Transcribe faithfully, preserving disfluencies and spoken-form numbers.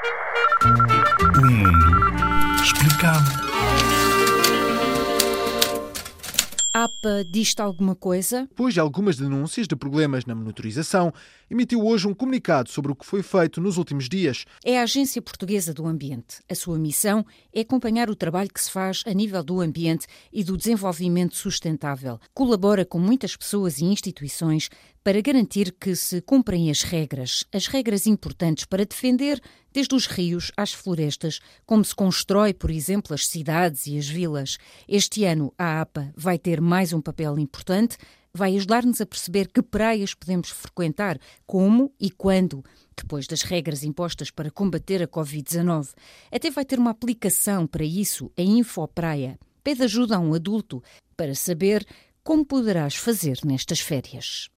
O mundo explicado. A APA diz-te alguma coisa? Depois de algumas denúncias de problemas na monitorização, emitiu hoje um comunicado sobre o que foi feito nos últimos dias. É a Agência Portuguesa do Ambiente. A sua missão é acompanhar o trabalho que se faz a nível do ambiente e do desenvolvimento sustentável. Colabora com muitas pessoas e instituições para garantir que se cumprem as regras, as regras importantes para defender desde os rios às florestas, como se constrói, por exemplo, as cidades e as vilas. Este ano a APA vai ter mais um papel importante, vai ajudar-nos a perceber que praias podemos frequentar, como e quando, depois das regras impostas para combater a covid dezanove. Até vai ter uma aplicação para isso, a Infopraia. Pede ajuda a um adulto para saber como poderás fazer nestas férias.